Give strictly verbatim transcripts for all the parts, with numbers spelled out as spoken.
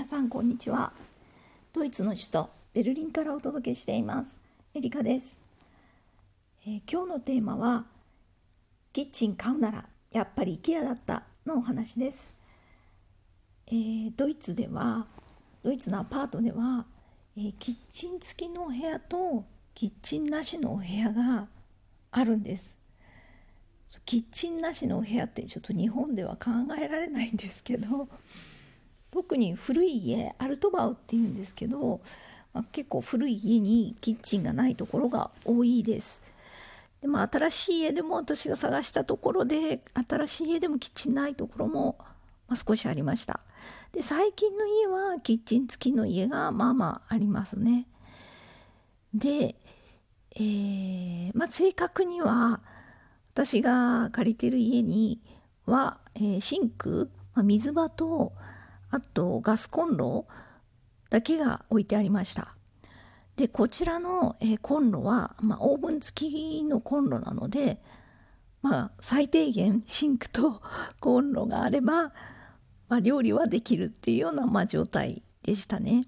皆さんこんにちは。ドイツの首都ベルリンからお届けしていますエリカです。えー今日のテーマはキッチン買うならやっぱり IKEA だったのお話です。えードイツではドイツのアパートでは、えーキッチン付きのお部屋とキッチンなしのお部屋があるんです。キッチンなしのお部屋ってちょっと日本では考えられないんですけど、特に古い家、アルトバウっていうんですけど、まあ、結構古い家にキッチンがないところが多いです。で、まあ、新しい家でも私が探したところで新しい家でもキッチンないところも、まあ、少しありました。で、最近の家はキッチン付きの家がまあまあありますね。で、えーまあ、正確には私が借りてる家には、えーシンク、まあ、水場とあとガスコンロだけが置いてありました。で、こちらの、えーコンロは、まあ、オーブン付きのコンロなので、まあ、最低限シンクとコンロがあれば、まあ、料理はできるっていうような、まあ、状態でしたね。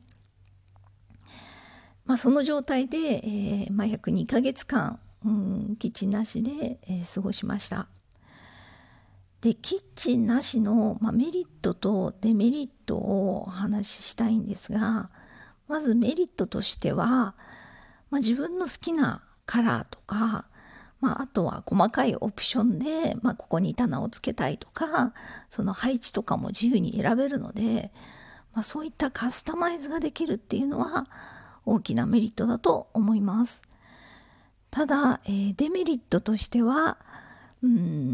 まあ、その状態で、えーまあ、約にかげつかん、うん、キッチンなしで、えー過ごしました。で、キッチンなしの、まあ、メリットとデメリットをお話ししたいんですが、まずメリットとしては、まあ、自分の好きなカラーとか、まあ、あとは細かいオプションで、まあ、ここに棚をつけたいとか、その配置とかも自由に選べるので、まあ、そういったカスタマイズができるっていうのは大きなメリットだと思います。ただ、えーデメリットとしては、うん、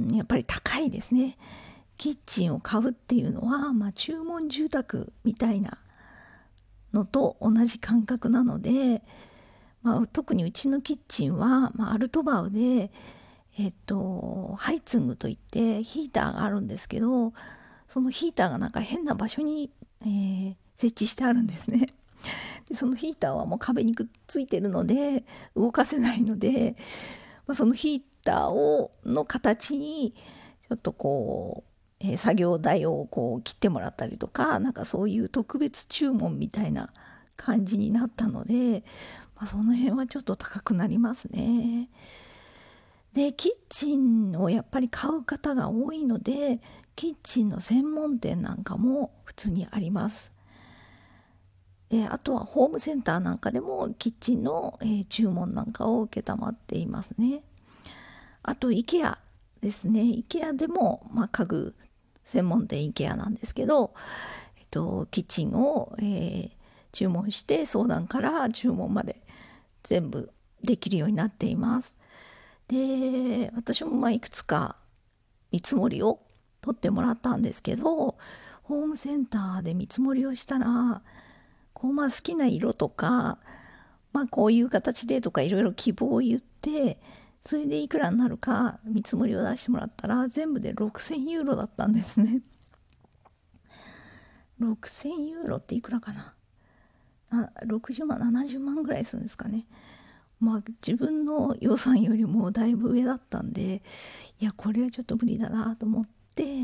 やっぱり高いですね。キッチンを買うっていうのは、まあ、注文住宅みたいなのと同じ感覚なので、まあ、特にうちのキッチンは、まあ、アルトバウで、えっと、ハイツングといってヒーターがあるんですけど、そのヒーターがなんか変な場所に、えー設置してあるんですね。で、そのヒーターはもう壁にくっついてるので動かせないので、まあ、そのヒーターをの形にちょっとこう、えー作業台をこう切ってもらったりとか、なんかそういう特別注文みたいな感じになったので、まあ、その辺はちょっと高くなりますね。で、キッチンをやっぱり買う方が多いので、キッチンの専門店なんかも普通にあります。で、あとはホームセンターなんかでもキッチンの、えー注文なんかを承っていますね。あと IKEA ですね。IKEA でも、まあ、家具専門店 IKEA なんですけど、えっと、キッチンを、えー注文して相談から注文まで全部できるようになっています。で、私もまあいくつか見積もりを取ってもらったんですけど、ホームセンターで見積もりをしたら、こうまあ好きな色とか、まあこういう形でとかいろいろ希望を言って、それでいくらになるか見積もりを出してもらったら全部でろくせんユーロだったんですね。ろくせんユーロっていくらかな、あろくじゅうまんななじゅうまんぐらいするんですかね。まあ自分の予算よりもだいぶ上だったんで、いやこれはちょっと無理だなと思って、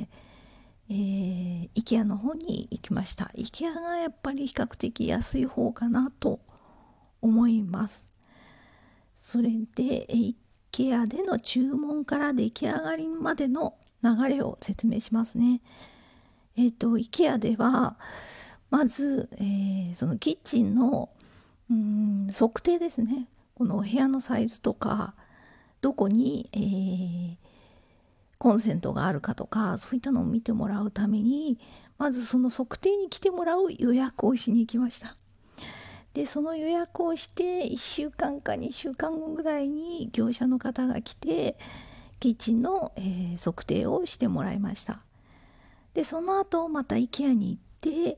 えー、IKEA の方に行きました。 IKEA がやっぱり比較的安い方かなと思います。それで IKEA での注文から出来上がりまでの流れを説明しますね。えっ、と IKEA ではまず、えーそのキッチンのうーん測定ですね。このお部屋のサイズとか、どこに、えーコンセントがあるかとか、そういったのを見てもらうために、まずその測定に来てもらう予約をしに行きました。で、その予約をしていっしゅうかんかにしゅうかんごぐらいに業者の方が来て、キッチンの、えー測定をしてもらいました。で、その後また IKEA に行って、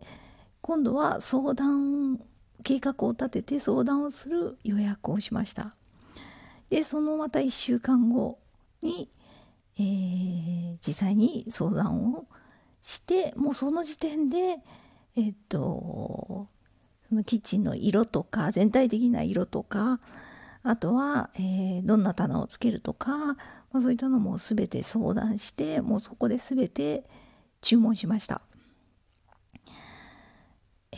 今度は相談、計画を立てて相談をする予約をしました。で、そのまたいっしゅうかんごに、えー実際に相談をして、もうその時点で、えっと、そのキッチンの色とか、全体的な色とか、あとは、えーどんな棚をつけるとか、まあ、そういったのも全て相談して、もうそこで全て注文しました。え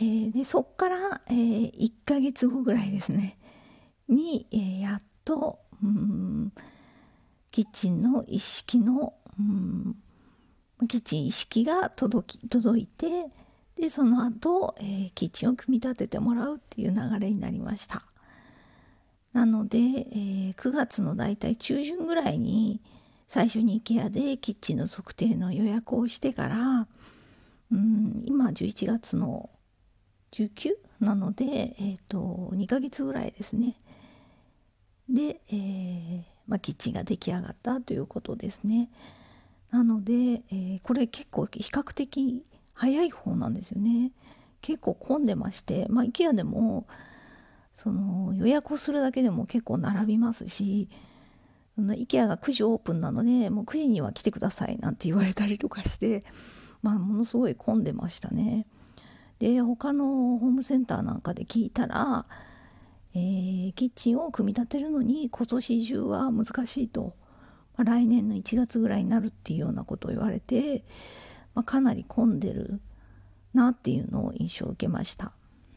えーでそっから、えー、いっかげつごぐらいですねに、えーやっとうんキッチンの一式のうんキッチン一式が届き届いて、でその後、えーキッチンを組み立ててもらうっていう流れになりました。なので、えーくがつのだいたい中旬ぐらいに最初に IKEA でキッチンの測定の予約をしてから、うん今じゅういちがつのじゅうくなので、えー、とにかげつぐらいですね。で、えーまあ、キッチンが出来上がったということですね。なので、えーこれ結構比較的早い方なんですよね。結構混んでまして、まあ、IKEA でもその予約をするだけでも結構並びますし、その IKEA がくじオープンなのでもうくじには来てくださいなんて言われたりとかして、まあ、ものすごい混んでましたね。で他のホームセンターなんかで聞いたら、えーキッチンを組み立てるのに今年中は難しいと、まあ、来年のいちがつぐらいになるっていうようなことを言われて、まあ、かなり混んでるなっていうのを印象を受けました。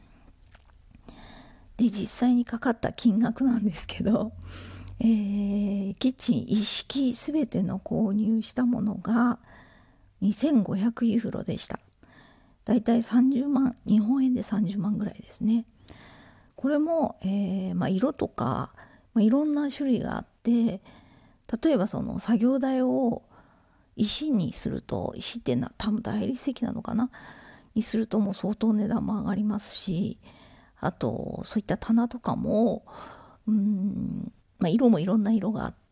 で実際にかかった金額なんですけど、えーキッチン一式全ての購入したものがにせんごひゃくユーロでした。だいたいさんじゅうまん、日本円でさんじゅうまんぐらいですね。これも、えーまあ、色とか、まあ、いろんな種類があって、例えばその作業台を石にすると、石ってな多分大理石なのかなにするともう相当値段も上がりますし、あとそういった棚とかもうーん、まあ、色もいろんな色があって、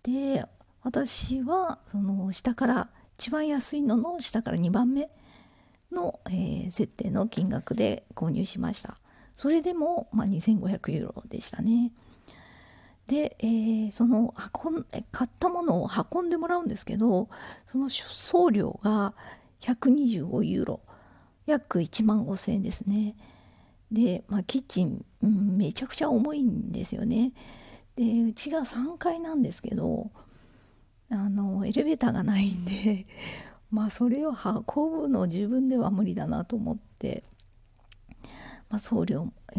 私はその下から一番安いのの下からにばんめの、えー設定の金額で購入しました。それでも、まあ、にせんごひゃくユーロでしたね。で、えーその運ん買ったものを運んでもらうんですけど、その送料がひゃくにじゅうごユーロ、約いちまんごせんえんですね。で、まあ、キッチン、うん、めちゃくちゃ重いんですよね。でうちがさんがいなんですけど、あのエレベーターがないんでまあそれを運ぶの自分では無理だなと思って、まあ、送料、うん、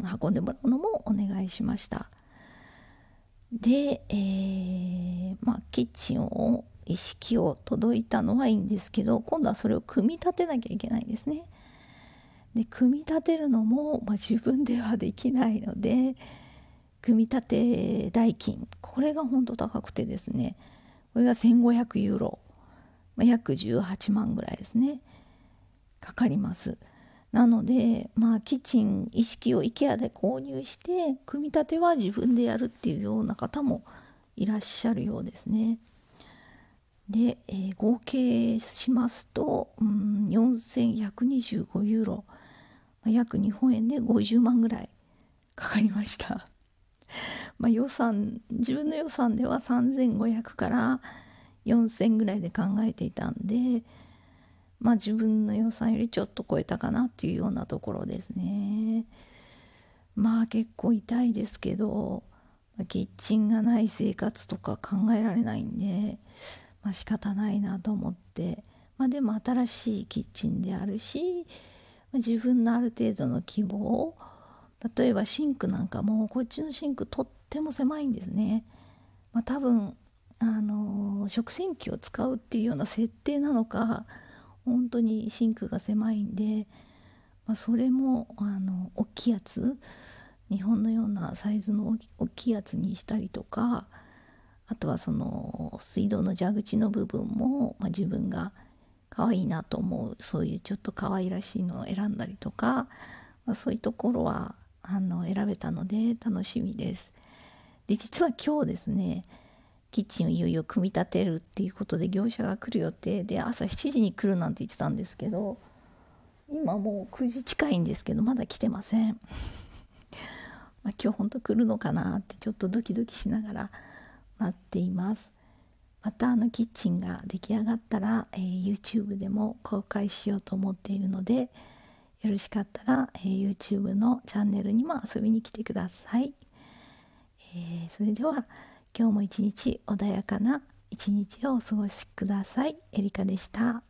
運んでもらうのもお願いしました。で、えーまあ、キッチンを一式を届いたのはいいんですけど、今度はそれを組み立てなきゃいけないんですね。で組み立てるのも、まあ、自分ではできないので、組み立て代金、これが本当高くてですね、これがせんごひゃくユーロ、まあ、約じゅうはちまんぐらいですね、かかります。なので、まあ、キッチン一式を IKEA で購入して組み立ては自分でやるっていうような方もいらっしゃるようですね。で、えー合計しますと、うん、よんせんひゃくにじゅうごユーロ、まあ約日本円でごじゅうまんぐらいかかりました。まあ予算、自分の予算ではさんぜんごひゃくからよんせんぐらいで考えていたんで、まあ自分の予算よりちょっと超えたかなっていうようなところですね。まあ結構痛いですけど、キッチンがない生活とか考えられないんで、まあ仕方ないなと思って、まあでも新しいキッチンであるし、自分のある程度の希望、例えばシンクなんかもこっちのシンクとっても狭いんですね。まあ、多分あの食洗機を使うっていうような設定なのか、本当にシンクが狭いんで、まあ、それもあの大きいやつ、日本のようなサイズの大きいやつにしたりとか、あとはその水道の蛇口の部分も、まあ、自分が可愛いなと思うそういうちょっと可愛らしいのを選んだりとか、まあ、そういうところはあの選べたので楽しみです。で実は今日ですね、キッチンをいよいよ組み立てるっていうことで業者が来る予定で、朝しちじに来るなんて言ってたんですけど、今もうくじ近いんですけどまだ来てません。まあ、今日本当来るのかなってちょっとドキドキしながら待っています。またあのキッチンが出来上がったら、えー YouTube でも公開しようと思っているので、よろしかったら、えー YouTube のチャンネルにも遊びに来てください。えーそれでは今日も一日穏やかな一日をお過ごしください。エリカでした。